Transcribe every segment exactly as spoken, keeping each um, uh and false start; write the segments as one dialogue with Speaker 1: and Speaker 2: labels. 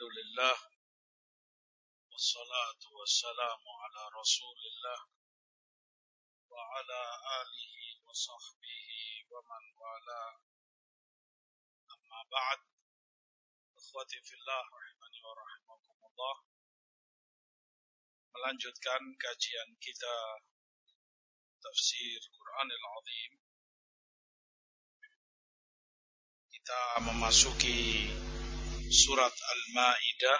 Speaker 1: Alhamdulillah wassalatu wassalamu ala Rasulillah wa ala alihi wa sahbihi wa man wala. Amma ba'd. Ikhwati fillah rahimani wa rahimakumullah. Melanjutkan kajian kita tafsir Quranil Azim. Kita memasuki surat Al-Maidah.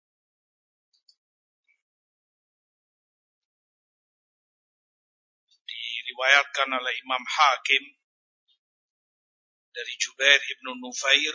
Speaker 1: Diriwayatkan oleh Imam Hakim dari Jubair ibn Nufair,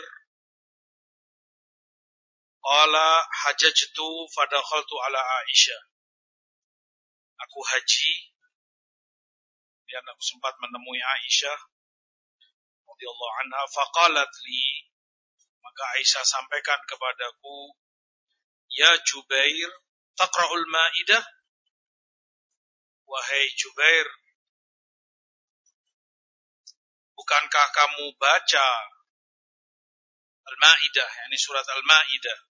Speaker 1: qala hajajtu fadakhaltu ala Aisyah. Aku haji dan aku sempat menemui Aisyah radhiyallahu anha, faqalat li, maka Aisyah sampaikan kepadaku, ya Jubair, taqra'ul Maidah? Wahai Jubair, bukankah kamu baca Al-Maidah, yakni surat Al-Maidah?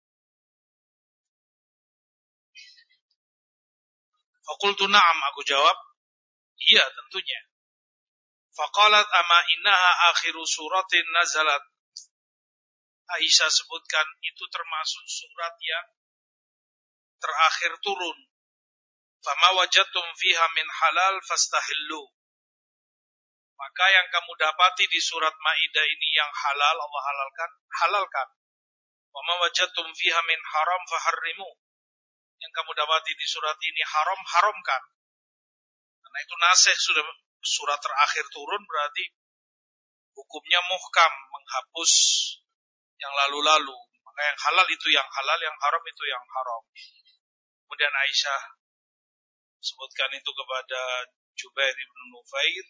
Speaker 1: Faqultu na'am, aku jawab, iya tentunya. Faqalat ama innaha akhiru suratin nazalat. Aisyah sebutkan itu termasuk surat yang terakhir turun. Fama wajadtum fiha min halal fastahillu. Maka yang kamu dapati di surat Maidah ini yang halal Allah halalkan, halalkan. Wama wajadtum fiha min haram faharrimu. Yang kamu dapati di surat ini haram, haramkan. Karena itu nasikh, sudah surat terakhir turun, berarti hukumnya muhkam, menghapus yang lalu-lalu. Maka yang halal itu yang halal, yang haram itu yang haram. Kemudian Aisyah sebutkan itu kepada Jubair ibn Nufair.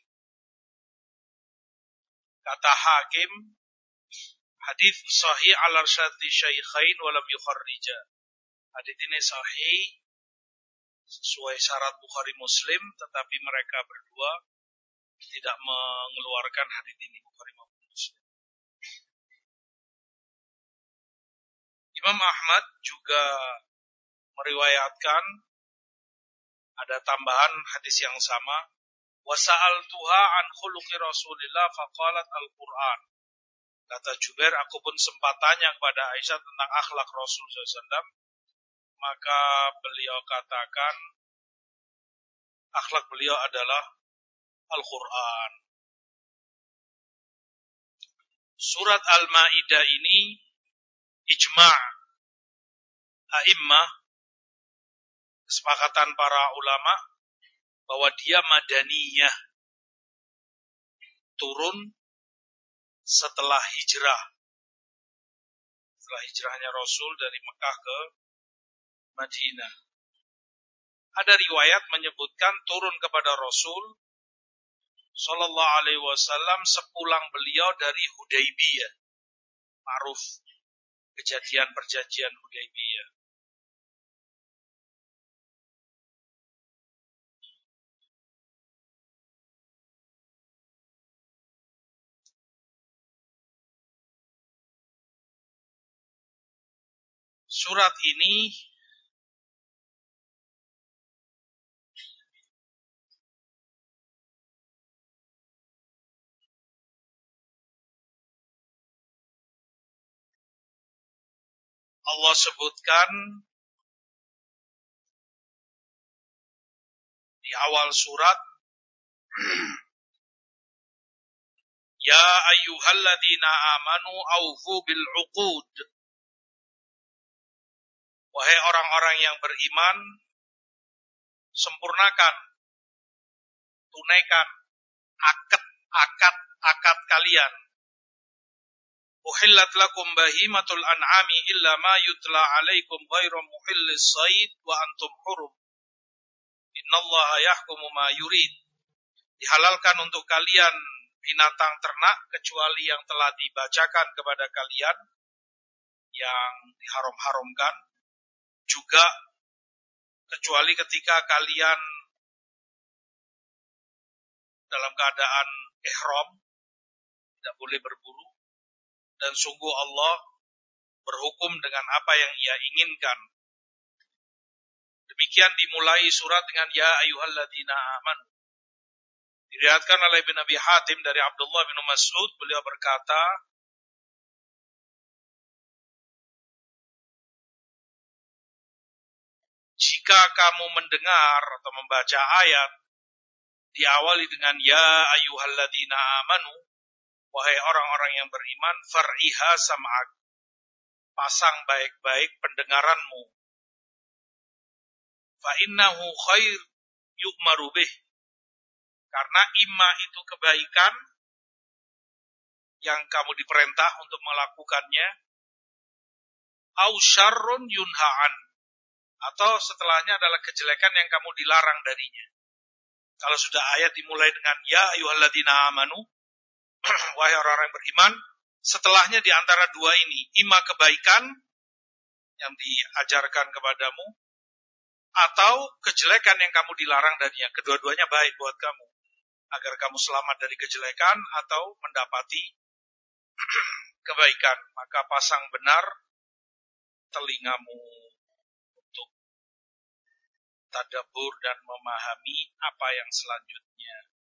Speaker 1: Kata Hakim, hadis sahih ala syarti syaikhain walam yukharrija. Hadis ini sahih sesuai syarat Bukhari Muslim, tetapi mereka berdua tidak mengeluarkan hadis ini, Bukhari maupun Muslim. Imam Ahmad juga meriwayatkan ada tambahan hadis yang sama. Wa sa'altuha an khuluqi Rasulillah faqalat al-Qur'an. Kata Jubair, aku pun sempat tanya kepada Aisyah tentang akhlak Rasul sallallahu alaihi wasallam, maka beliau katakan akhlak beliau adalah Al-Qur'an. Surat Al-Maidah ini ijma' a'immah, kesepakatan para ulama bahwa dia madaniyah, turun setelah hijrah. Setelah hijrahnya Rasul dari Mekah ke Madinah. Ada riwayat menyebutkan turun kepada Rasul sallallahu alaihi wasallam sepulang beliau dari Hudaybiyah. Ma'ruf kejadian perjanjian Hudaybiyah. Surat ini Allah sebutkan di awal surat, ya ayyuhalladzina amanu aufu bil uqud. Wahai orang-orang yang beriman, sempurnakan, tunaikan akad-akad-akad kalian. Uhillat lakum bahimatul an'ami illa ma yutla alaikum ghairu muhillis sayd wa antum hurum. Innallaha yahkumu ma yurid. Dihalalkan untuk kalian binatang ternak kecuali yang telah dibacakan kepada kalian yang diharam-haramkan, juga kecuali ketika kalian dalam keadaan ihram, tidak boleh berburu. Dan sungguh Allah berhukum dengan apa yang ia inginkan. Demikian dimulai surat dengan ya ayyuhalladzina amanu. Diriwayatkan oleh Ibnu Abi Hatim dari Abdullah bin Mas'ud, beliau berkata, jika kamu mendengar atau membaca ayat diawali dengan ya ayyuhalladzina amanu, wahai orang-orang yang beriman, far'iha sam'ak, pasang baik-baik pendengaranmu. Fa innahu khair yu'maru bih, karena imma itu kebaikan yang kamu diperintah untuk melakukannya, au syarrun yunha'an, atau setelahnya adalah kejelekan yang kamu dilarang darinya. Kalau sudah ayat dimulai dengan ya ayyuhalladzina amanu, wahai orang-orang yang beriman, setelahnya di antara dua ini, imma kebaikan yang diajarkan kepadamu, atau kejelekan yang kamu dilarang darinya. Kedua-duanya baik buat kamu, agar kamu selamat dari kejelekan atau mendapati kebaikan. Maka pasang benar telingamu untuk tadabbur dan memahami apa yang selanjutnya.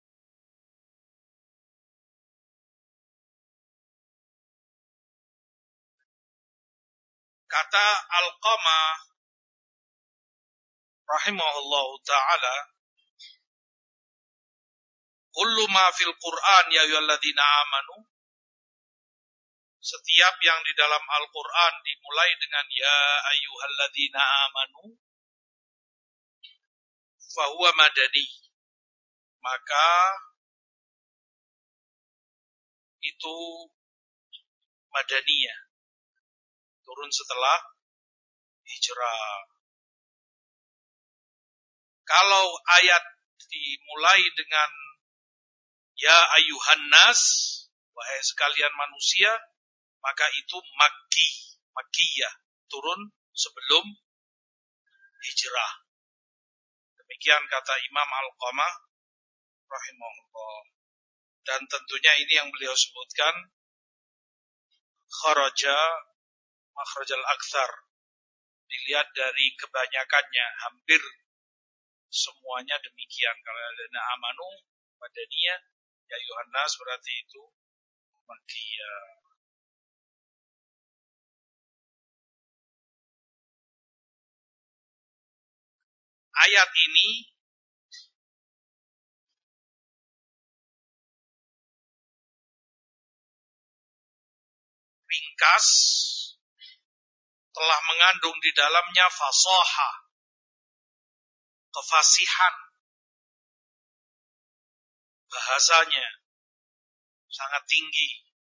Speaker 1: Kata Alqamah rahimahullahu ta'ala, kullu ma fil Qur'an ya ayyuhalladzina amanu, setiap yang di dalam Al-Quran dimulai dengan ya ayyuhalladzina amanu, fahuwa madani, maka itu madaniyah, turun setelah hijrah. Kalau ayat dimulai dengan ya ayyuhan nas, wahai sekalian manusia, maka itu Makki, Makkiyah, turun sebelum hijrah. Demikian kata Imam Alqamah rahimahullah. Dan tentunya ini yang beliau sebutkan, kharaja makhrajal aktsar, dilihat dari kebanyakannya, hampir semuanya demikian. Kalau ada amanu madaniyah, ya ayyuhan nas berarti itu Makkiyah. Ayat ini ringkas, telah mengandung di dalamnya fasahah, kefasihan, bahasanya sangat tinggi,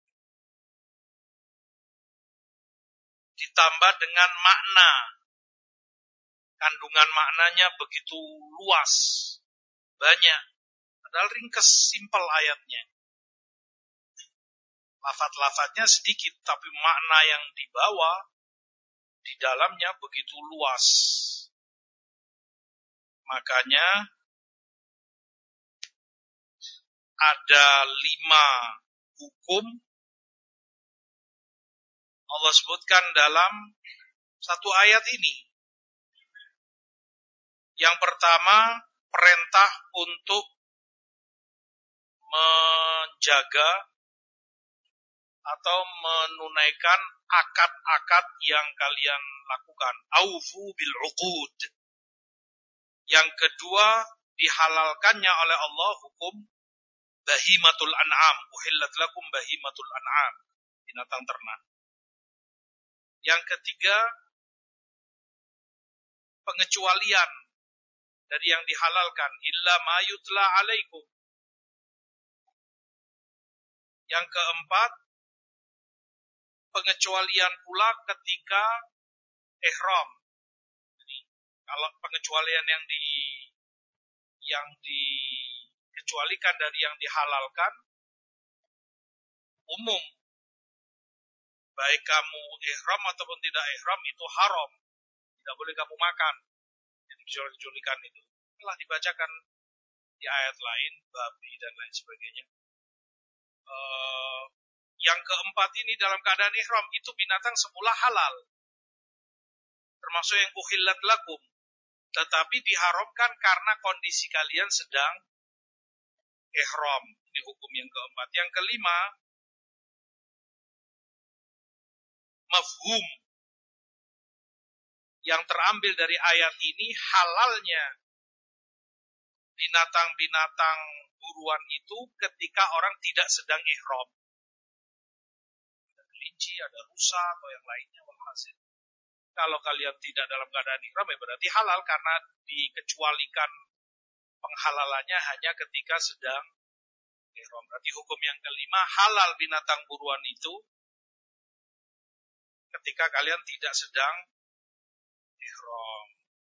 Speaker 1: ditambah dengan makna, kandungan maknanya begitu luas, banyak, padahal ringkas, simpel ayatnya. Lafaz-lafaznya sedikit, tapi makna yang dibawa di dalamnya begitu luas. Makanya ada lima hukum Allah sebutkan dalam satu ayat ini. Yang pertama, perintah untuk menjaga atau menunaikan akad-akad yang kalian lakukan. Aufu bil uqud. Yang kedua, dihalalkannya oleh Allah hukum bahimatul an'am. Uhillat lakum bahimatul an'am. Binatang ternak. Yang ketiga, pengecualian dari yang dihalalkan. Illa ma yutla alaikum. Yang keempat, pengecualian pula ketika ihram. Jadi, kalau pengecualian yang di yang dikecualikan dari yang dihalalkan umum, baik kamu ihram ataupun tidak ihram, itu haram, tidak boleh kamu makan. Yang dikecualikan itu telah dibacakan di ayat lain, babi dan lain sebagainya. Uh, yang keempat ini dalam keadaan ihram, itu binatang semula halal. Termasuk yang uhillat lakum. Tetapi diharamkan karena kondisi kalian sedang ihram. Ini hukum yang keempat. Yang kelima, mafhum yang terambil dari ayat ini, halalnya binatang-binatang buruan itu ketika orang tidak sedang ihram. Ada kelinci, ada rusa, atau yang lainnya, walhasil. Kalau kalian tidak dalam keadaan ihram, ya berarti halal karena dikecualikan penghalalannya hanya ketika sedang ihram. Berarti hukum yang kelima, halal binatang buruan itu ketika kalian tidak sedang ihram.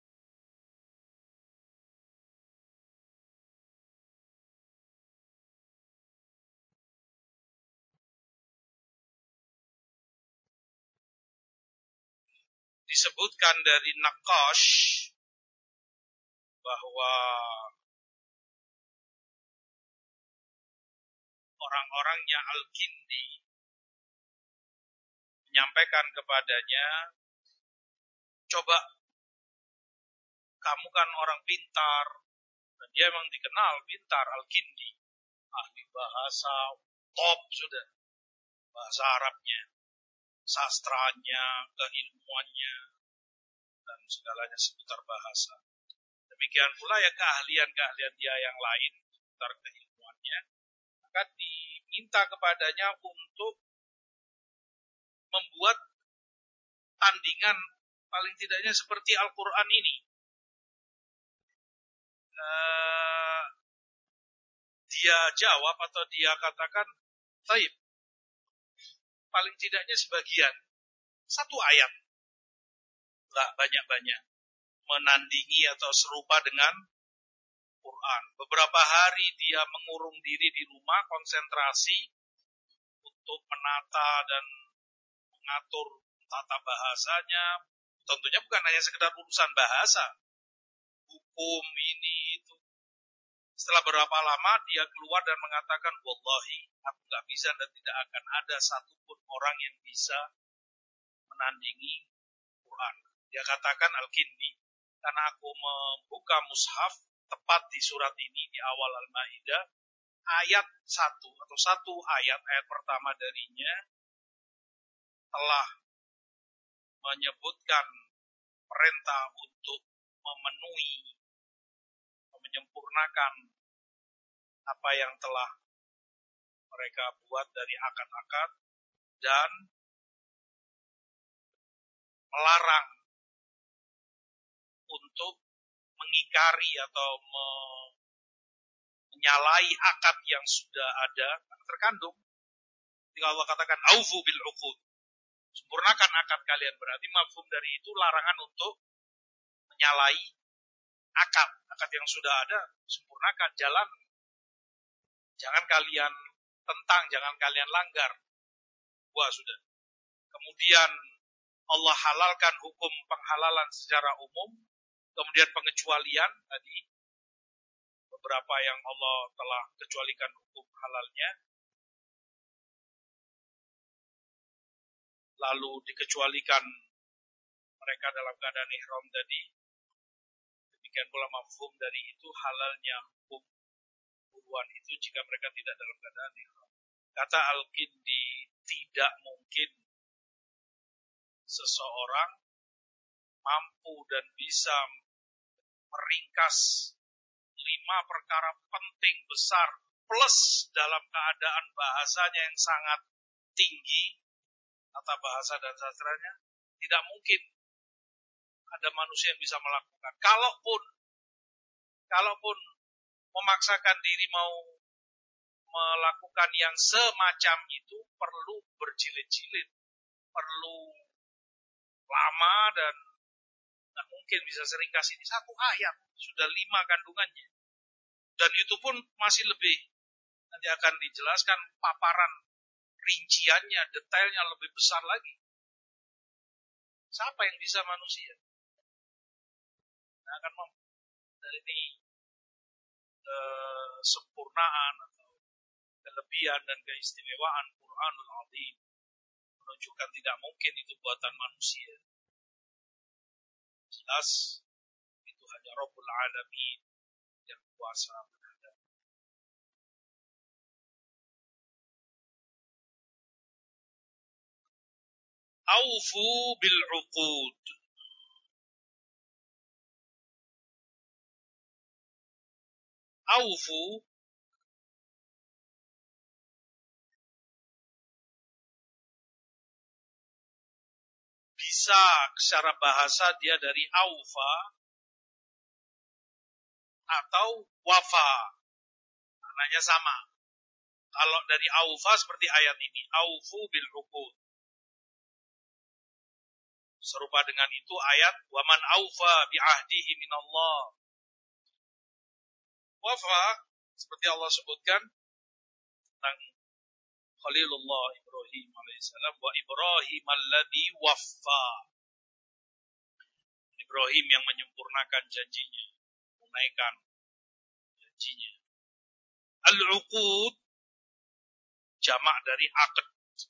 Speaker 1: Disebutkan dari Naqash bahwa orang-orangnya Al-Kindi menyampaikan kepadanya, coba, kamu kan orang pintar, dan dia memang dikenal pintar, Al-Kindi, ahli bahasa, top sudah, bahasa Arabnya, sastranya, keilmuannya, dan segalanya seputar bahasa. Demikian pula ya keahlian-keahlian dia yang lain seputar keilmuannya, maka diminta kepadanya untuk membuat tandingan paling tidaknya seperti Al-Quran ini. Uh, dia jawab atau dia katakan, taib, paling tidaknya sebagian, satu ayat, enggak banyak-banyak, menandingi atau serupa dengan Quran. Beberapa hari dia mengurung diri di rumah, konsentrasi untuk menata dan mengatur tata bahasanya. Tentunya bukan hanya sekedar urusan bahasa, hukum ini itu. Setelah berapa lama dia keluar dan mengatakan, wallahi, aku gak bisa dan tidak akan ada satupun orang yang bisa menandingi Quran. Dia katakan Al-Kindi, karena aku membuka mushaf tepat di surat ini, di awal Al-Maidah, ayat satu atau satu ayat, ayat pertama darinya telah menyebutkan perintah untuk memenuhi, menyempurnakan apa yang telah mereka buat dari akad-akad dan melarang untuk mengingkari atau menyalahi akad yang sudah ada, terkandung. Ketika Allah katakan aufu bil uqud, sempurnakan akad kalian, berarti mafhum dari itu larangan untuk menyalahi akad. Akad yang sudah ada, sempurnakan, jalan. Jangan kalian tentang, jangan kalian langgar. Wah, sudah. Kemudian Allah halalkan hukum penghalalan secara umum, kemudian pengecualian tadi, beberapa yang Allah telah kecualikan hukum halalnya, lalu dikecualikan mereka dalam keadaan ihram tadi. Demikian pula mafhum dari itu halalnya hukum buruan itu jika mereka tidak dalam keadaan ihram. Kata Al-Kindi, tidak mungkin seseorang mampu dan bisa meringkas lima perkara penting besar plus dalam keadaan bahasanya yang sangat tinggi, tata bahasa dan sastranya, tidak mungkin ada manusia yang bisa melakukan. Kalaupun kalaupun memaksakan diri mau melakukan yang semacam itu, perlu berjilid-jilid, perlu lama, dan tidak mungkin bisa seringkas ini. Satu ayat sudah lima kandungannya, dan itu pun masih lebih. Nanti akan dijelaskan paparan rinciannya, detailnya lebih besar lagi. Siapa yang bisa manusia? Nah, akan mampu dari ini eh, sempurnaan atau kelebihan dan keistimewaan Quranul Azim, menunjukkan tidak mungkin itu buatan manusia. Jelas itu hanya Rabbul Alamin yang kuasa menghadap. Aufu bil uqud. Aufu bisa secara bahasa dia dari aufa atau wafa, maknanya sama. Kalau dari aufa seperti ayat ini, aufu bil uqud. Serupa dengan itu ayat waman aufa bi ahdihi minallah. Wafa seperti Allah sebutkan tentang Khalilullah Ibrahim alaihissalam, wa Ibrahim alladzi waffa. Ibrahim yang menyempurnakan janjinya, menunaikan janjinya. Al-uqud jamak dari aqd,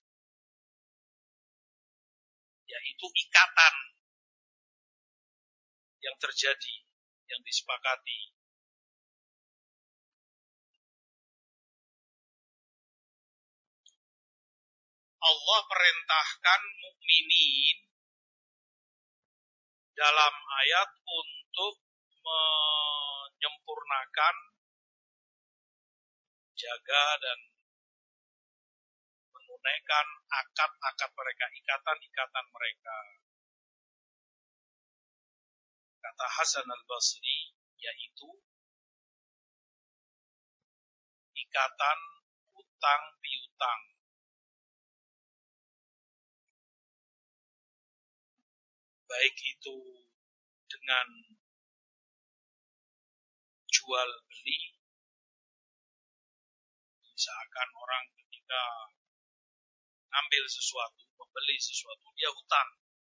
Speaker 1: yaitu ikatan yang terjadi, yang disepakati. Allah perintahkan mukminin dalam ayat untuk menyempurnakan, jaga dan menunaikan akad-akad mereka, ikatan-ikatan mereka. Kata Hasan al-Basri, yaitu ikatan utang piutang. Baik itu dengan jual beli, misalkan orang ketika ngambil sesuatu, membeli sesuatu, dia hutang.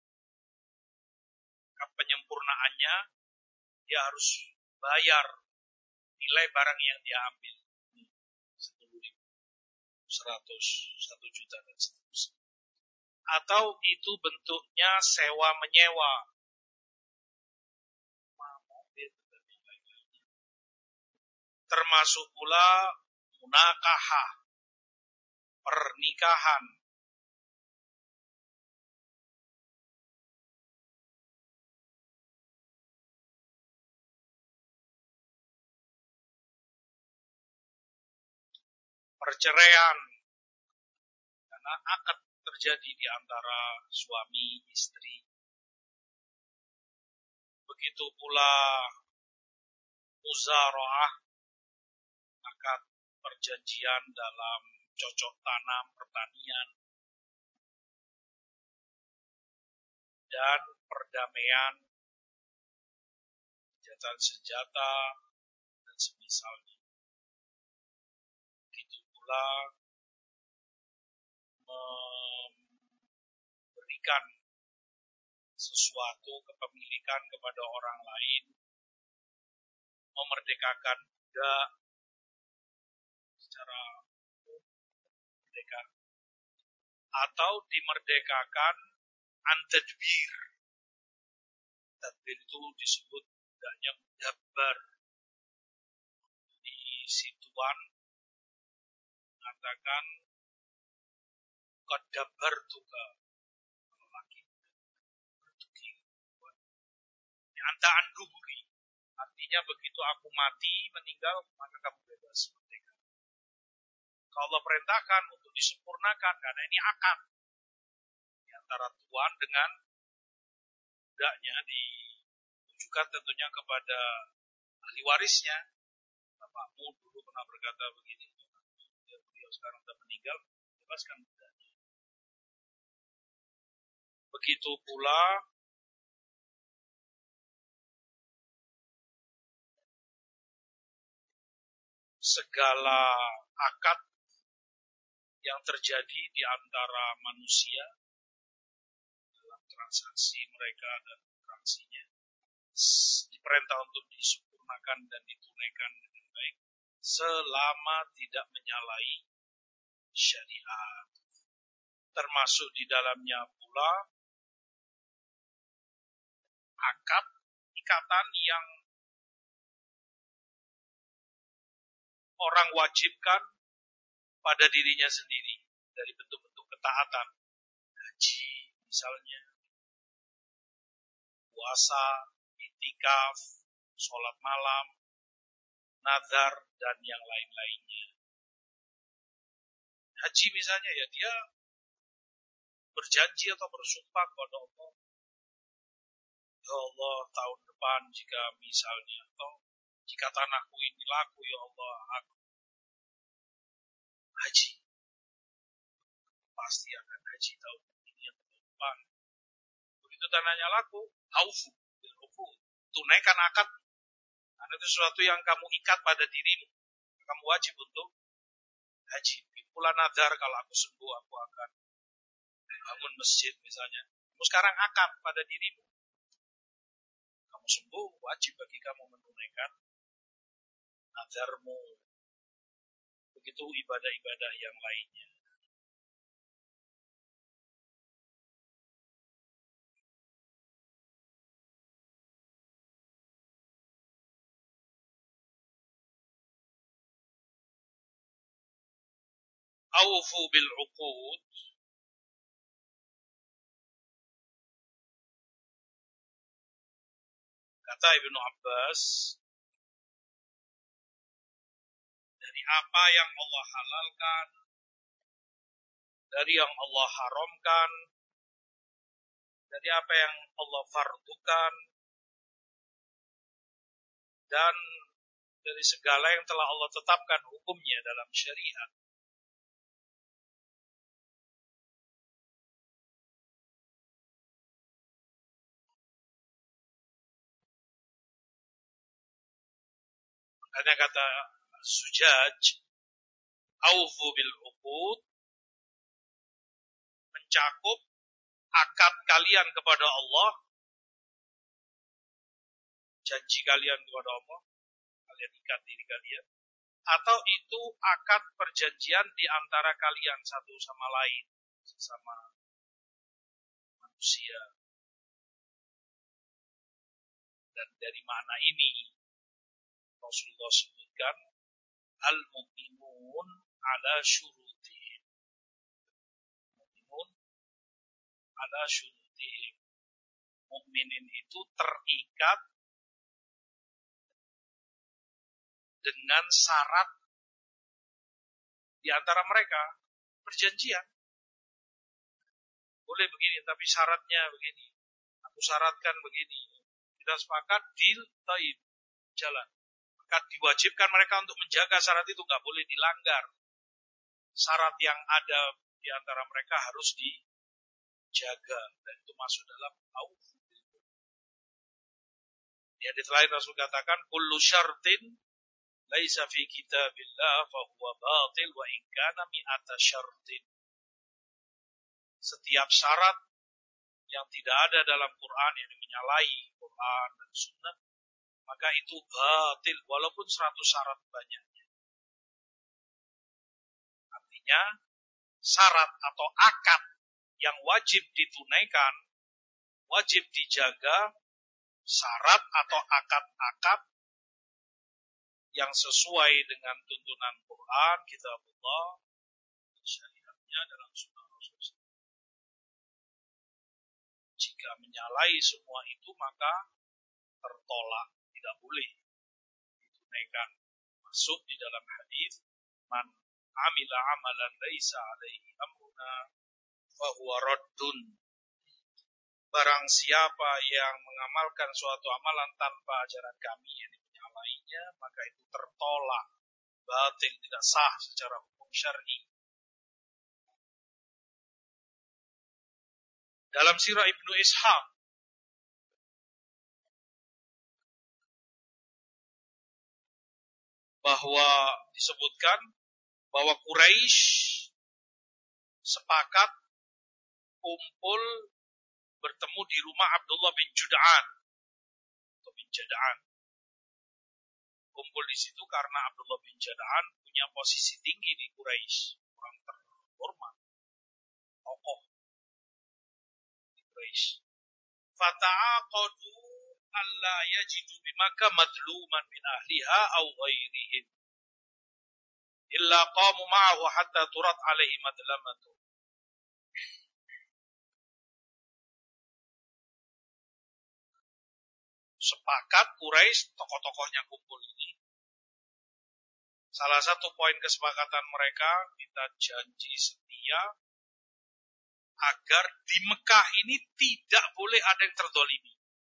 Speaker 1: Penyempurnaannya, dia harus bayar nilai barang yang dia ambil. sepuluh ribu, seratus, satu juta, dan seterusnya. Atau itu bentuknya sewa menyewa. Termasuk pula munakahah, pernikahan. Perceraian, karena akad terjadi di antara suami istri. Begitu pula muzara'ah, akad perjanjian dalam cocok tanam pertanian, dan perdamaian, gencatan senjata, dan semisalnya. Begitu pula memberikan sesuatu kepemilikan kepada orang lain, memerdekakan budak secara merdeka, atau dimerdekakan an-tadbir. Tadbir itu disebut budaknya mudabbar. Di Situan mengatakan qad dabbartuka, laki bertuki anta anduburi, artinya begitu aku mati meninggal maka kamu bebas merdeka. Kalau Allah perintahkan untuk disempurnakan, karena ini akad di antara tuan dengan budaknya, ditujukan tentunya kepada ahli warisnya. Bapakmu dulu pernah berkata begini, beliau sekarang sudah meninggal, bebaskan budaknya. Begitu pula segala akad yang terjadi di antara manusia dalam transaksi mereka dan transaksinya diperintah untuk disempurnakan dan ditunaikan dengan baik selama tidak menyalahi syariat. Termasuk di dalamnya pula akad, ikatan yang orang wajibkan pada dirinya sendiri dari bentuk-bentuk ketaatan. Haji misalnya, puasa, iktikaf, sholat malam, nazar, dan yang lain-lainnya. Haji misalnya ya dia berjanji atau bersumpah kepada Allah, ya Allah tahun depan jika misalnya atau jika tanahku ini laku ya Allah aku haji, pasti akan haji tahun ini atau tahun depan. Begitu tanahnya laku, aufu bil uqud, tunaikan akad. Karena itu sesuatu yang kamu ikat pada dirimu, kamu wajib untuk haji. Pula nazar, kalau aku sembuh aku akan bangun masjid misalnya. Kamu sekarang akad pada dirimu, kamu sembuh, wajib bagi kamu menunaikan nazarmu. Begitu ibadah-ibadah yang lainnya. Aufu bil uqud, kata Ibnu Abbas, dari apa yang Allah halalkan, dari yang Allah haramkan, dari apa yang Allah fardukan, dan dari segala yang telah Allah tetapkan hukumnya dalam syariat. Makanya kata Sujaj, aufu bil uqud, mencakup akad kalian kepada Allah, janji kalian kepada Allah, kalian ikat diri kalian, atau itu akad perjanjian di antara kalian satu sama lain, sesama manusia. Dan dari makna ini Rasulullah sebutkan al-mu'minun ala syurutihim. Mu'minun ala syurutihim. Mukminin itu terikat dengan syarat di antara mereka, perjanjian. Boleh begini, tapi syaratnya begini. Aku syaratkan begini. Kita sepakat, deal, taib, jalan. Maka diwajibkan mereka untuk menjaga syarat itu, nggak boleh dilanggar. Syarat yang ada di antara mereka harus dijaga, dan itu masuk dalam aufu. Di hadits lain Rasul katakan, kullu syartin laisa fi kitabillah fa huwa batil wa in kana mi'ata syartin. Setiap syarat yang tidak ada dalam Quran, yang menyalahi Quran dan Sunnah, maka itu batil walaupun seratus syarat banyaknya. Artinya syarat atau akad yang wajib ditunaikan, wajib dijaga, syarat atau akad-akad yang sesuai dengan tuntunan Quran, kitabullah, syariatnya dalam sunnah Rasulullah. Jika menyalahi semua itu maka tertolak, tidak boleh ditunaikan. Masuk di dalam hadis, man amila amalan laisa alaihi amruna fahuwa raddun. Barang siapa yang mengamalkan suatu amalan tanpa ajaran kami, yang menyalahinya, maka itu tertolak, batil, tidak sah secara hukum syar'i. Dalam sirah Ibnu Ishaq, bahwa disebutkan bahwa Quraisy sepakat kumpul bertemu di rumah Abdullah bin Jud'an atau bin Jada'an. Kumpul di situ karena Abdullah bin Jada'an punya posisi tinggi di Quraisy, orang terhormat, tokoh di Quraisy. Fata'aqadu alla yajidu bimaka madluman min ahliha aw ghairihim illa qamu ma'ahu hatta turat alaihi madlamatu. Sepakat Quraisy, tokoh-tokohnya kumpul ini. Salah satu poin kesepakatan mereka, kita janji setia agar di Mekah ini tidak boleh ada yang terdolimi.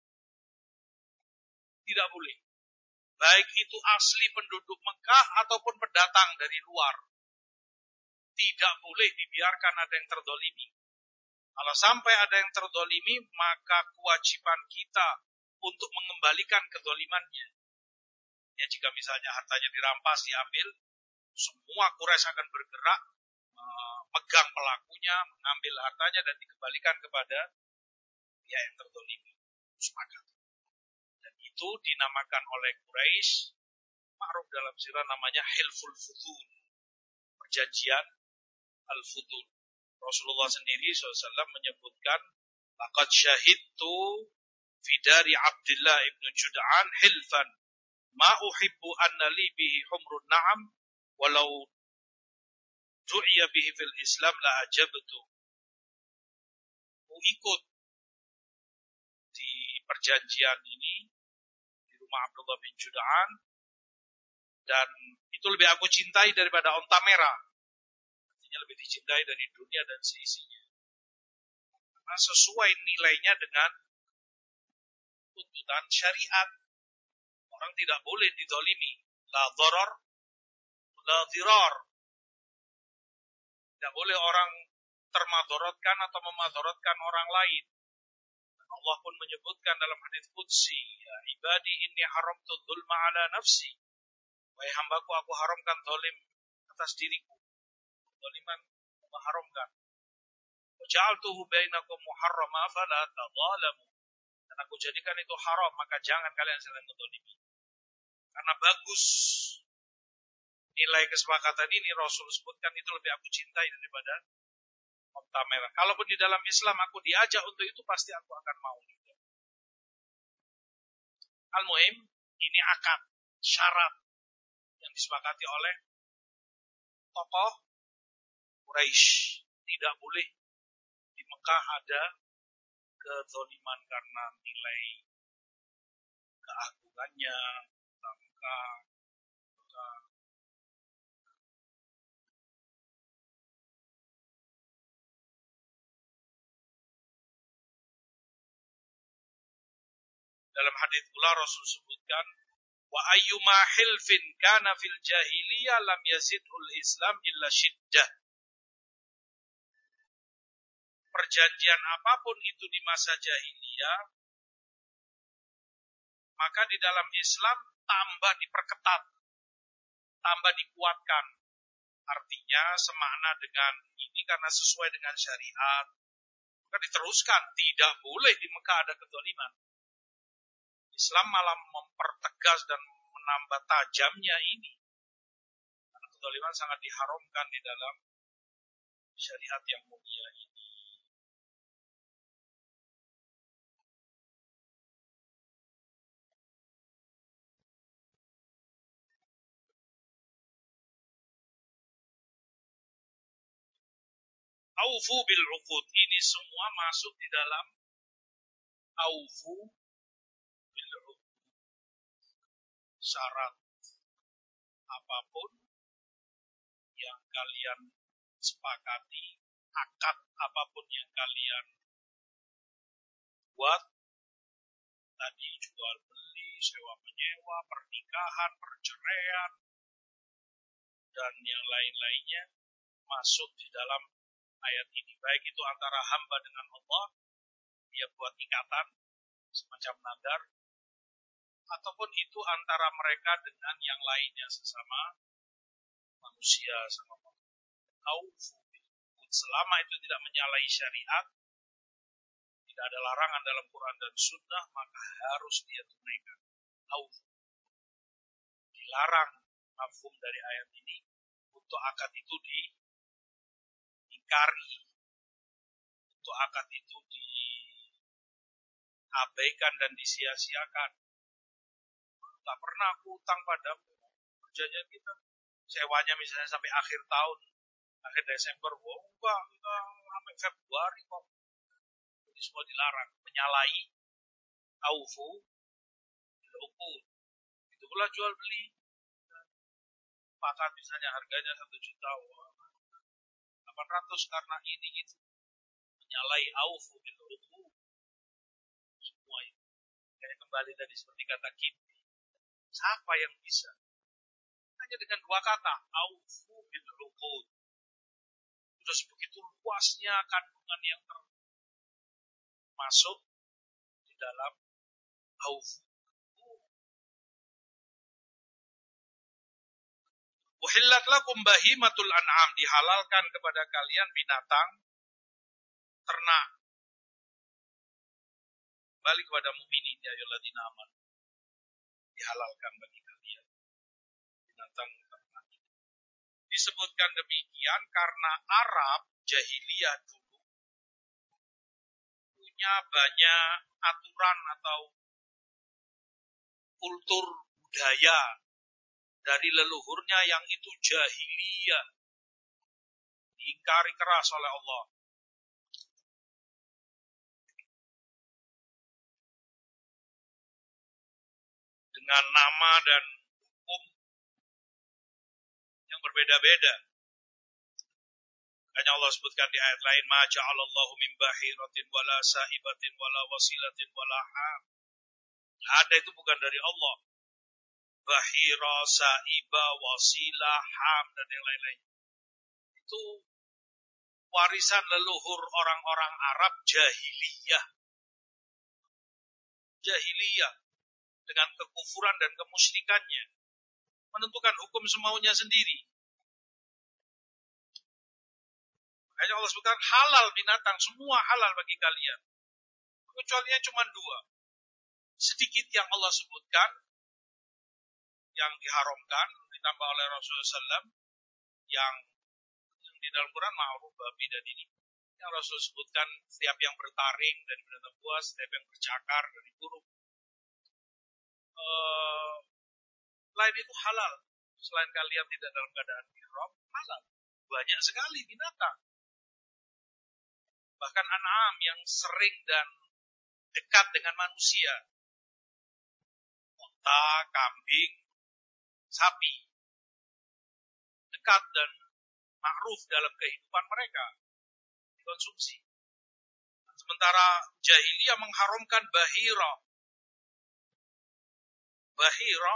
Speaker 1: Tidak boleh. Baik itu asli penduduk Mekah ataupun pendatang dari luar. Tidak boleh dibiarkan ada yang terdolimi. Kalau sampai ada yang terdolimi, maka kewajiban kita untuk mengembalikan kedolimannya. Ya, jika misalnya hartanya dirampas, diambil, semua Quraisy akan bergerak, memegang pelakunya, mengambil hartanya dan dikembalikan kepada pihak yang terdolimi. Sepakat. Dan itu dinamakan oleh Quraisy, ma'ruf dalam sirah namanya Hilful Fudul, perjanjian Al-Fudul. Rasulullah sendiri shallallahu alaihi wasallam menyebutkan, laqad syahidtu fi dari Abdullah ibn Jud'an hilfan ma uhibbu anna li bihi humrun na'am walau du'iya bihi fil Islam la ajabtu. Aku ikut di perjanjian ini di rumah Abdullah bin Jud'an dan itu lebih aku cintai daripada onta merah. Artinya lebih dicintai dari dunia dan seisinya. Karena sesuai nilainya dengan tuntutan syariat. Orang tidak boleh didolimi. La dharar, la dhirar. Tidak boleh orang termadorotkan atau memadorotkan orang lain. Dan Allah pun menyebutkan dalam hadits qudsi, ya ibadi inni haramtu dzulma ala nafsi. Wahai hambaku, aku haramkan zalim atas diriku. Zaliman mengharamkan. Wa ja'altuhu bainakum muharrama fala tadzalamu. Dan aku jadikan itu haram, maka jangan kalian saling menzalimi. Karena bagus nilai kesepakatan ini, Rasul sebutkan itu lebih aku cintai daripada onta merah. Kalaupun di dalam Islam aku diajak untuk itu, pasti aku akan mau juga. Al-Muhim, ini akad, syarat yang disepakati oleh tokoh Quraisy. Tidak boleh di Mekah ada kezaliman karena nilai keagungannya, Mekah, Mekah. Dalam hadits pula Rasul sebutkan, wa ayyuma hilfin kana fil jahiliyah lam yazidhul Islam illa syiddah. Perjanjian apapun itu di masa jahiliyah, maka di dalam Islam tambah diperketat, tambah dikuatkan. Artinya semakna dengan ini karena sesuai dengan syariat. Maka diteruskan, tidak boleh di Mekah ada kezaliman. Islam malah mempertegas dan menambah tajamnya ini. Karena kezaliman sangat diharamkan di dalam syariat yang mulia ini. Aufu bil uqud, ini semua masuk di dalam aufu bil uqud. Syarat apapun yang kalian sepakati, akad apapun yang kalian buat, tadi jual beli, sewa menyewa, pernikahan, perceraian, dan yang lain-lainnya masuk di dalam ayat ini. Baik itu antara hamba dengan Allah, dia buat ikatan semacam nadar, ataupun itu antara mereka dengan yang lainnya sesama manusia, sama manusia. Selama itu tidak menyalahi syariat, tidak ada larangan dalam Quran dan Sunnah, maka harus dia tunaikan. Dilarang mafhum dari ayat ini untuk akad itu di ingkari, untuk akad itu diabaikan dan disia-siakan. Tak pernah aku utang padamu, kerjanya kita sewanya misalnya sampai akhir tahun, akhir Desember, wah enggak, kita sampai Februari kok. Ini semua dilarang, menyalahi aufu bil uqud. Itu pula jual beli. Pakat misalnya harganya satu juta, delapan ratus karena ini gitu. Menyalahi aufu bil uqud. Semua itu. Kayak kembali tadi seperti kata Kindi. Siapa yang bisa? Hanya dengan dua kata, aufu bil uqud. Sudah sebegitu luasnya kandungan yang termasuk di dalam aufu. Uhillat lakum bahimatul an'am, dihalalkan kepada kalian binatang ternak. Balik kepada mukminin ya ayyuhalladzina amanu. Dihalalkan bagi kalian binatang ternak. Disebutkan demikian karena Arab jahiliyah dulu punya banyak aturan atau kultur budaya dari leluhurnya yang itu jahiliyah, diingkari keras oleh Allah. Dengan nama dan hukum yang berbeda-beda. Hanya Allah sebutkan di ayat lain, ma ja'alallahu min bahiratin wala sa'ibatin wala wasilatin wala ham. Ada itu bukan dari Allah. Bahira, sa'iba, wasilah, ham, dan yang lain-lain. Itu warisan leluhur orang-orang Arab jahiliyah. Jahiliyah. Dengan kekufuran dan kemusyrikannya. Menentukan hukum semaunya sendiri. Hanya Allah sebutkan halal binatang. Semua halal bagi kalian. Kecualinya cuma dua. Sedikit yang Allah sebutkan. Yang diharamkan. Ditambah oleh Rasulullah shallallahu alaihi wasallam. Yang, yang di dalam Quran ma'ruf babi dan ini. Yang Rasul sebutkan setiap yang bertaring dari binatang buas. Setiap yang bercakar dari burung. Uh, lain itu halal. Selain kalian tidak dalam keadaan ihram, halal. Banyak sekali binatang. Bahkan an'am yang sering dan dekat dengan manusia. Unta, kambing, sapi. Dekat dan ma'ruf dalam kehidupan mereka. Dikonsumsi. Sementara jahiliyah mengharamkan bahira. Bahira,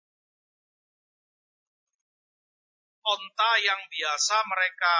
Speaker 1: onta yang biasa mereka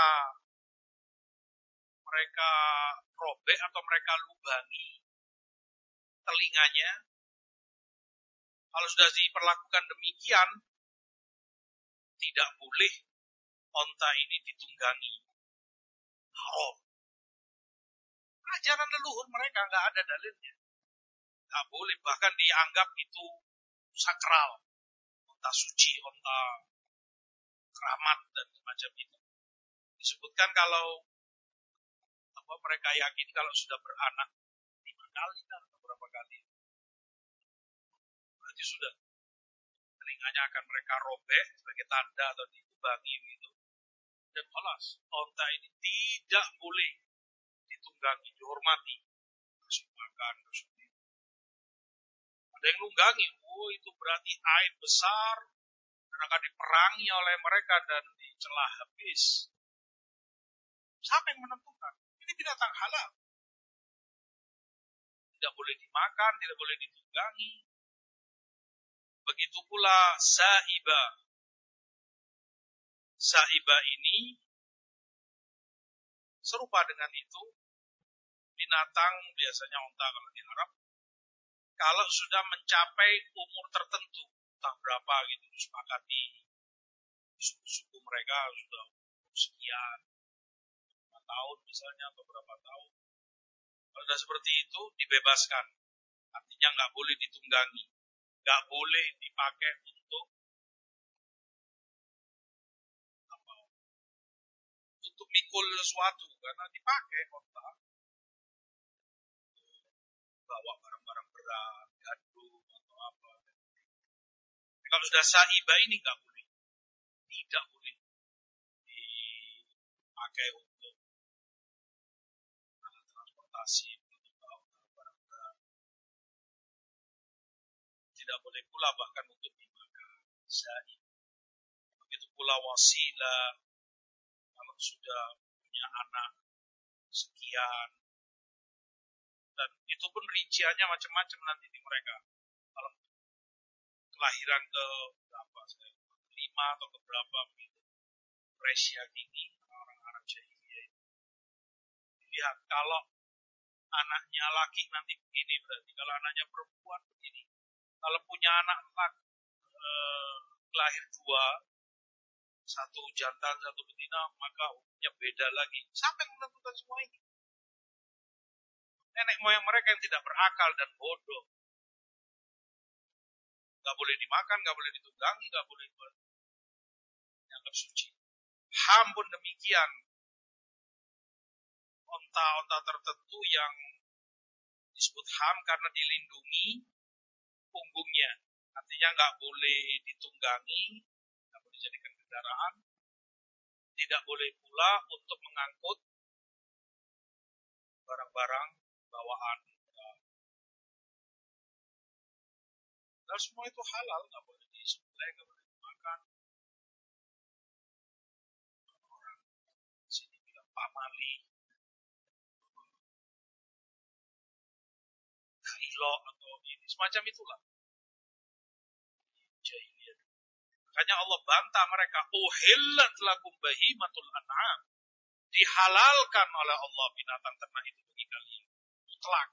Speaker 1: mereka robek atau mereka lubangi telinganya. Kalau sudah diperlakukan demikian, tidak boleh onta ini ditunggangi. Haram. Ajaran leluhur mereka nggak ada dalilnya. Nggak boleh, bahkan dianggap itu sakral, onta suci, onta keramat dan semacam itu. Disebutkan kalau apa mereka yakin kalau sudah beranak lima kali atau berapa kali, berarti sudah telinganya akan mereka robek sebagai tanda atau ditubangi gitu. Dan alas, onta ini tidak boleh ditunggangi, dihormati, kasih makan, kasih minum. Ada yang nunggangi, oh itu berarti aib besar dan akan diperangi oleh mereka dan dicelah habis. Siapa yang menentukan? Ini binatang halal. Tidak boleh dimakan, tidak boleh ditunggangi. Begitu pula sa'iba. Sa'iba ini serupa dengan itu. Binatang biasanya onta kalau di Arab. Kalau sudah mencapai umur tertentu, entah berapa gitu, disepakati suku-suku mereka sudah sekian, lima tahun misalnya atau berapa tahun. Kalau sudah seperti itu dibebaskan, artinya nggak boleh ditunggangi, nggak boleh dipakai untuk apa? Untuk untuk mikul sesuatu karena dipakai onta. Bawa barang-barang berat, gandum atau apa. Kalau sudah saibah ini nggak boleh, tidak boleh dipakai untuk alat transportasi, untuk bawa barang berat. Tidak boleh pula bahkan untuk dimakan. Saibah. Begitu pula wasilah, kalau sudah punya anak sekian, dan itu pun rinciannya macam-macam nanti di mereka. Kalau kelahiran ke berapa, lima atau ke berapa begitu, Resya gini, orang Arab jahiliyah. Lihat, kalau anaknya laki nanti begini berarti, kalau anaknya perempuan begini. Kalau punya anak laki, eh, lahir dua, satu jantan, satu betina, maka hukumnya beda lagi. Siapa yang menentukan semua ini? Nenek moyang mereka yang tidak berakal dan bodoh. Gak boleh dimakan, gak boleh ditunggangi, gak boleh dianggap suci. Ham pun demikian. Onta-onta tertentu yang disebut ham karena dilindungi punggungnya. Artinya gak boleh ditunggangi, gak boleh dijadikan kendaraan. Tidak boleh pula untuk mengangkut barang-barang bawaan. Dan semua itu halal, gak boleh disembelih, gak boleh dimakan. Orang sini bilang pamali, kailo atau ini semacam itulah. Jahiliyah. Makanya Allah bantah mereka, uhillat lakum bahimatul an'am. Dihalalkan oleh Allah binatang ternak itu bagi kalian. Mutlak.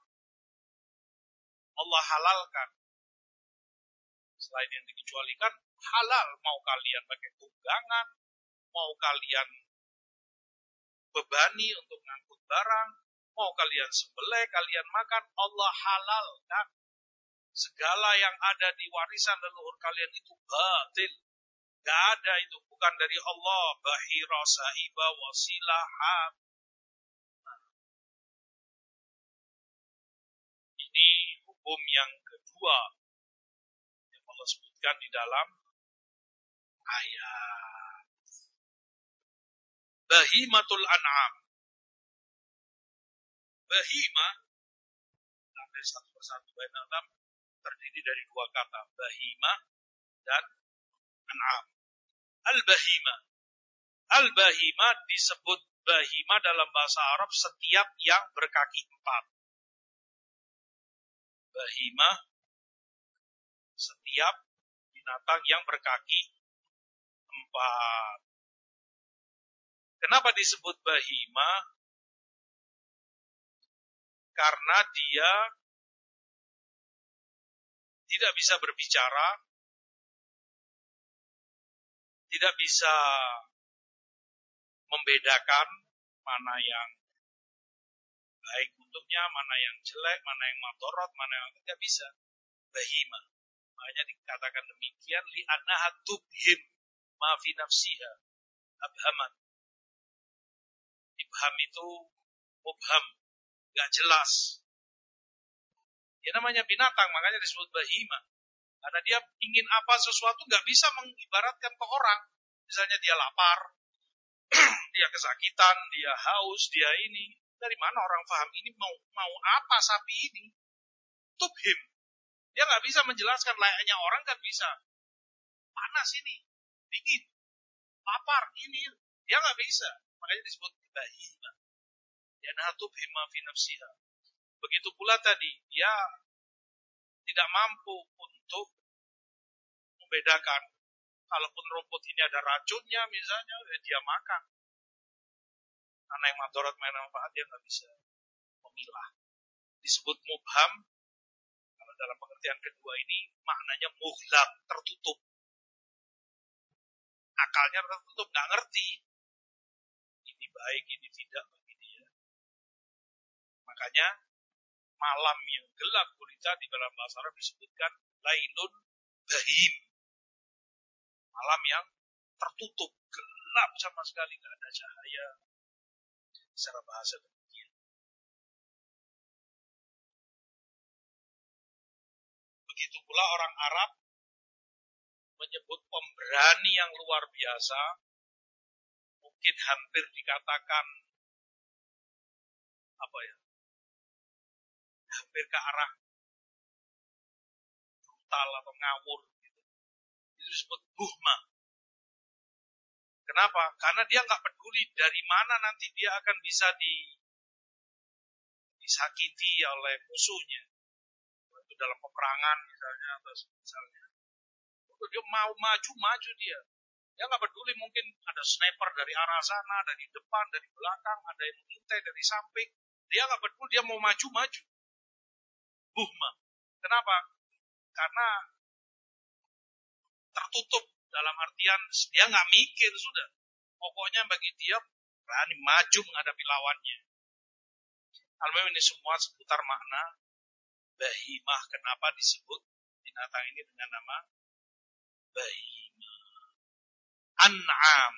Speaker 1: Allah halalkan. Selain yang dikecualikan, halal. Mau kalian pakai tunggangan, mau kalian bebani untuk ngangkut barang, mau kalian sembelih, kalian makan, Allah halalkan. Segala yang ada di warisan leluhur kalian itu batil. Gak ada itu, bukan dari Allah. Bahira, saibah, wasilah, ham. Ini hukum yang kedua yang Allah sebutkan di dalam ayat. Bahimatul an'am. Bahimah, dari satu persatu bahimatul terdiri dari dua kata, bahimah dan an'am. Al-bahimah. Al-bahimah disebut bahimah dalam bahasa Arab setiap yang berkaki empat. Bahimah setiap binatang yang berkaki empat. Kenapa disebut bahimah? Karena dia tidak bisa berbicara, tidak bisa membedakan mana yang baik untuknya, mana yang jelek, mana yang madorot, mana yang tidak bisa. Bahimah. Makanya dikatakan demikian, li'annaha tubhim ma fi nafsiha abhaman. Ibham itu mubham, gak jelas. Ya namanya binatang, makanya disebut bahimah. Karena dia ingin apa sesuatu gak bisa mengibaratkan ke orang. Misalnya dia lapar, dia kesakitan, dia haus, dia ini. Dari mana orang paham ini mau mau apa sapi ini? Tubhim. Dia gak bisa menjelaskan, layaknya orang kan bisa. Panas ini, dingin, lapar ini. Dia gak bisa. Makanya disebut bahimah. Yana tubhim ma fi nafsiha. Begitu pula tadi, dia tidak mampu untuk membedakan. Kalaupun rumput ini ada racunnya misalnya, dia makan. Karena yang madorot, mana yang manfaat, dia nggak bisa memilah. Disebut mubham, kalau dalam pengertian kedua ini, maknanya mughlaq, tertutup. Akalnya tertutup, nggak ngerti. Ini baik, ini tidak bagi dia. Makanya, malam yang gelap gulita di dalam bahasa Arab disebutkan lailun bahim. Malam yang tertutup, gelap sama sekali, nggak ada cahaya. Secara bahasa demikian. Begitu pula orang Arab menyebut pemberani yang luar biasa, mungkin hampir dikatakan apa ya, hampir ke arah brutal atau ngawur gitu. Itu disebut buhma. Kenapa? Karena dia nggak peduli dari mana nanti dia akan bisa di, disakiti oleh musuhnya. Itu dalam peperangan misalnya atau misalnya. Dia mau maju-maju dia. Dia nggak peduli, mungkin ada sniper dari arah sana, dari depan, dari belakang, ada yang mengintai dari samping. Dia nggak peduli, dia mau maju-maju. Buhma. Kenapa? Karena tertutup dalam artian dia nggak mikir sudah. Pokoknya bagi dia berani maju menghadapi lawannya. Alhamdulillah ini semua seputar makna bahimah. Kenapa disebut binatang ini dengan nama bahimah? An'am.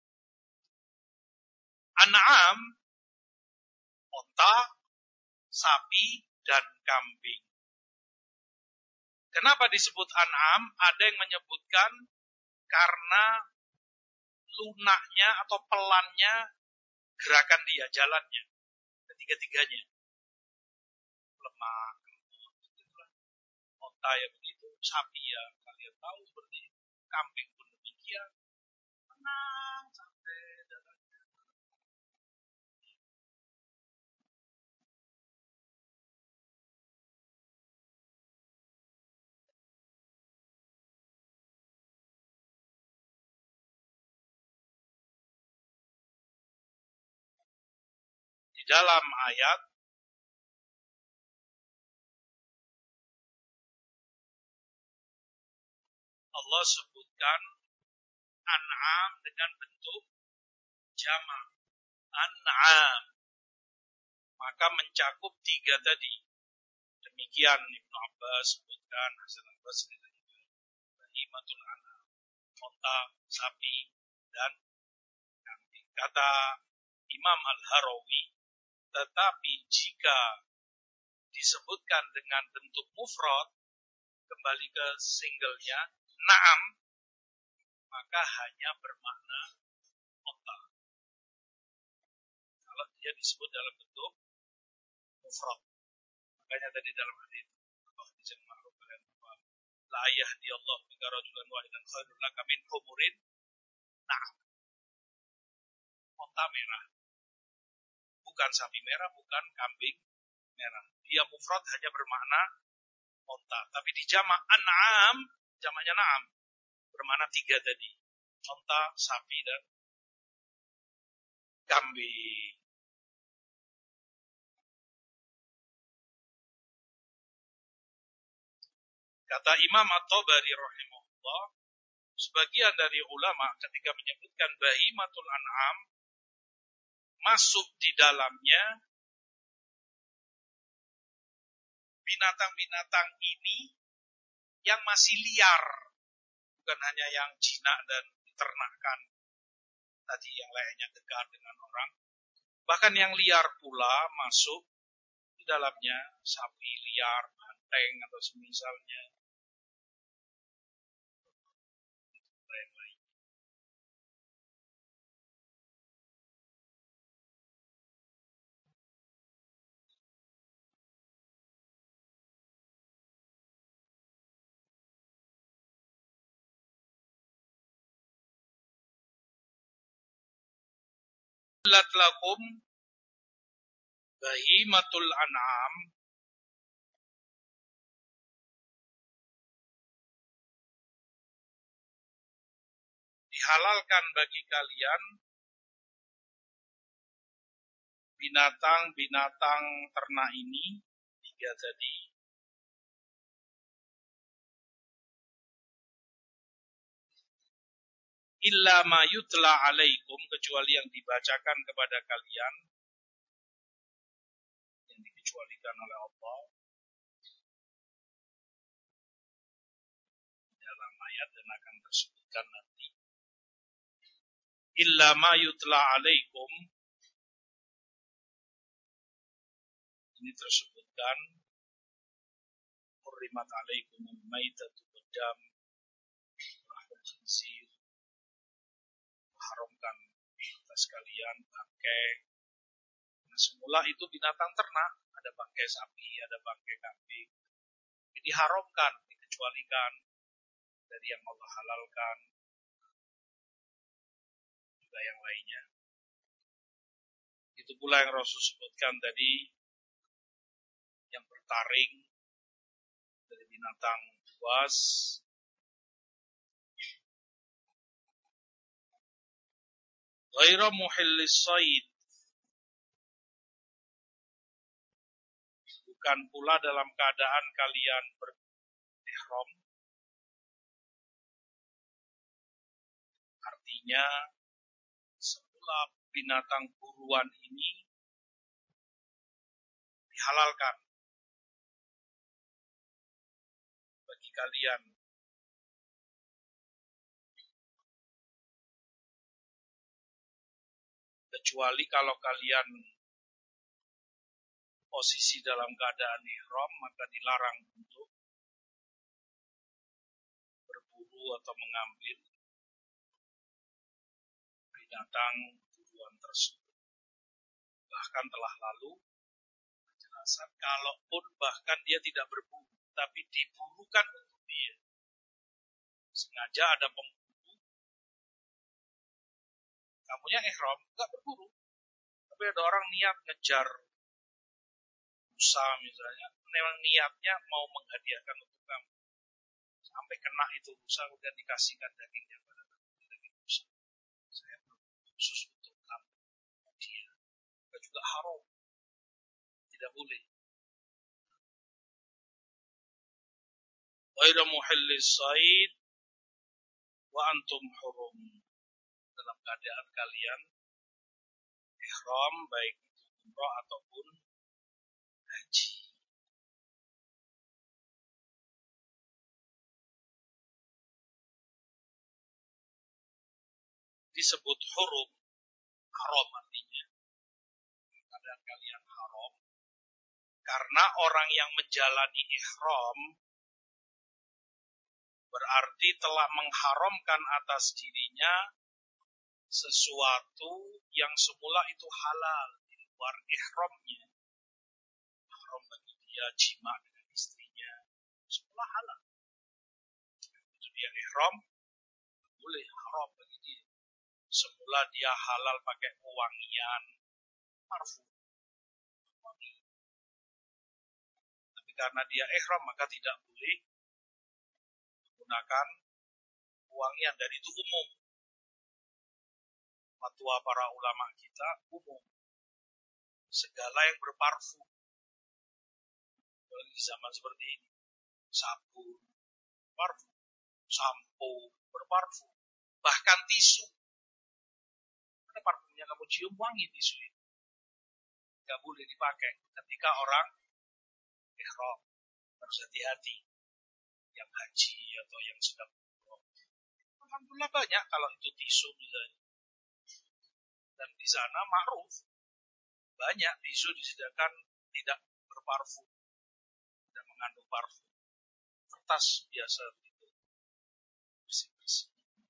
Speaker 1: An'am, onta, sapi, dan kambing. Kenapa disebut an'am? Ada yang menyebutkan karena lunaknya atau pelannya gerakan dia, jalannya. Ketiga-tiganya. Lemah, onta ya begitu, sapi ya kalian tahu seperti itu. Kambing pun demikian. Tenang, santai jalannya. Di dalam ayat Allah sebutkan an'am dengan bentuk jamak. An'am. Maka mencakup tiga tadi. Demikian Ibnu Abbas sebutkan, Hasan al-Basri juga. Bahimatul an'am. Onta, sapi, dan kambing. Kata Imam Al-Harawi, tetapi jika disebutkan dengan bentuk mufrad, kembali ke singlenya, na'am, maka hanya bermakna onta. Kalau dia disebut dalam bentuk mufrad. Makanya tadi dalam hadis Allah hadis yang ma'ruf kalian bahwa la yahdi Allah bika rajulan wahidan khairul laka min humurin na'am. Onta merah. Bukan sapi merah, bukan kambing merah. Dia mufrad hanya bermakna onta. Tapi di jamak an'am, jamaknya na'am, bermakna tiga tadi. Onta, sapi, dan kambing. Kata Imam At-Tabari rahimahullah, sebagian dari ulama ketika menyebutkan bahimatul an'am, masuk di dalamnya binatang-binatang ini yang masih liar, bukan hanya yang jinak dan diternakan tadi yang lainnya dekat dengan orang, bahkan yang liar pula masuk di dalamnya, sapi liar, banteng atau semisalnya. Lat lakum bahimatul an'am, dihalalkan bagi kalian binatang-binatang ternak ini, tiga tadi, illa ma yutla alaikum, kecuali yang dibacakan kepada kalian, yang dikecualikan oleh Allah dalam ayat dan akan tersebutkan nanti. Illa ma yutla alaikum, Ini tersebutkan hurrimat alaikumul maitatu waddam lahmul khinzir, haramkan atas kalian bangkai. Nah, semula itu binatang ternak, ada bangkai sapi, ada bangkai kambing. Ini diharamkan, dikecualikan dari yang Allah halalkan, juga yang lainnya. Itu pula yang Rasul sebutkan tadi, yang bertaring dari binatang buas, ghairu muhillis shayd, bukan pula dalam keadaan kalian berihram. Artinya semula binatang buruan ini dihalalkan bagi kalian, kecuali kalau kalian posisi dalam keadaan ihram, maka dilarang untuk berburu atau mengambil binatang buruan tersebut. Bahkan telah lalu penjelasan, kalaupun bahkan dia tidak berburu, tapi diburukan untuk dia. Sengaja ada pemburu, kamunya ihram, enggak berburu, tapi ada orang niat ngejar rusa misalnya, memang niatnya mau menghadiahkan untuk kamu, sampai kena itu rusa, kemudian dikasihkan dagingnya pada daging rusa. Saya berburu khusus untuk kamu, dia juga haram, tidak boleh. Ghairu muhillis shayd wa antum hurum, dalam keadaan kalian ihram, baik itu umrah ataupun haji. Disebut hurum, haram artinya keadaan kalian haram, karena orang yang menjalani ihram berarti telah mengharamkan atas dirinya sesuatu yang semula itu halal di luar ihramnya. Haram bagi dia jima dengan istrinya, semula halal. Itu dia ihram, boleh haram bagi dia. Semula dia halal pakai pewangian, parfum, wangi. Tapi karena dia ihram, maka tidak boleh menggunakan pewangian, dan itu umum. Fatwa para ulama kita umum, segala yang berparfum, di zaman seperti ini, sabun, parfum, sampo, berparfum, bahkan tisu. Ada parfumnya kamu cium wangi tisu itu, nggak boleh dipakai ketika orang ihram. Harus hati-hati yang haji atau yang sedang umroh. Alhamdulillah banyak kalau itu tisu misalnya, dan di sana ma'ruf banyak tisu disediakan tidak berparfum, tidak mengandung parfum, kertas biasa itu bersih-bersih.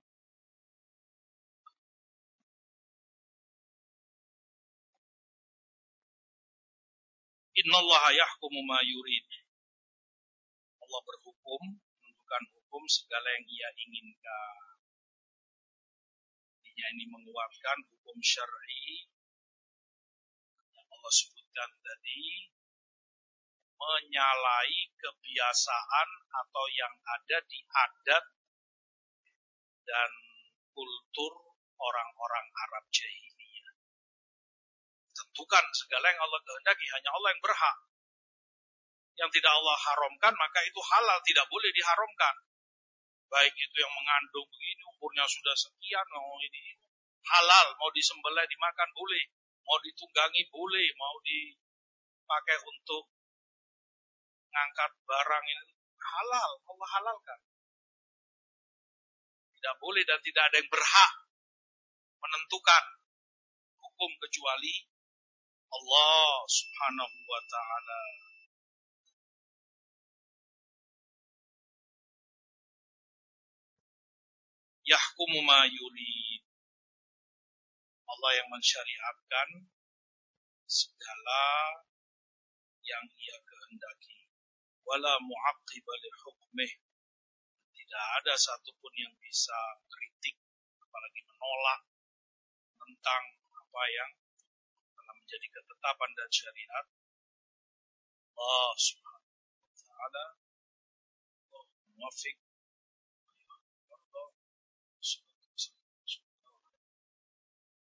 Speaker 1: Innallaha yahkumu ma yurid, Allah berhukum, menentukan hukum segala yang ia inginkan. Intinya ini menguatkan hukum syar'i yang Allah sebutkan tadi, menyalahi kebiasaan atau yang ada di adat dan kultur orang-orang Arab jahiliyah. Tentukan segala yang Allah kehendaki, hanya Allah yang berhak. Yang tidak Allah haramkan, maka itu halal, tidak boleh diharamkan. Baik itu yang mengandung begini, umurnya sudah sekian, mau ini halal, mau disembelih dimakan boleh, mau ditunggangi boleh, mau dipakai untuk ngangkat barang ini halal, Allah halalkan. Tidak boleh dan tidak ada yang berhak menentukan hukum kecuali Allah Subhanahu wa ta'ala. Yahkumu ma yurid. Allah yang mensyariatkan segala yang Ia kehendaki. Wala mu'aqqiba li hukmih. Tidak ada satupun yang bisa kritik, apalagi menolak tentang apa yang telah menjadi ketetapan dan syariat Allah Subhanahu wa ta'ala. Muwaffiq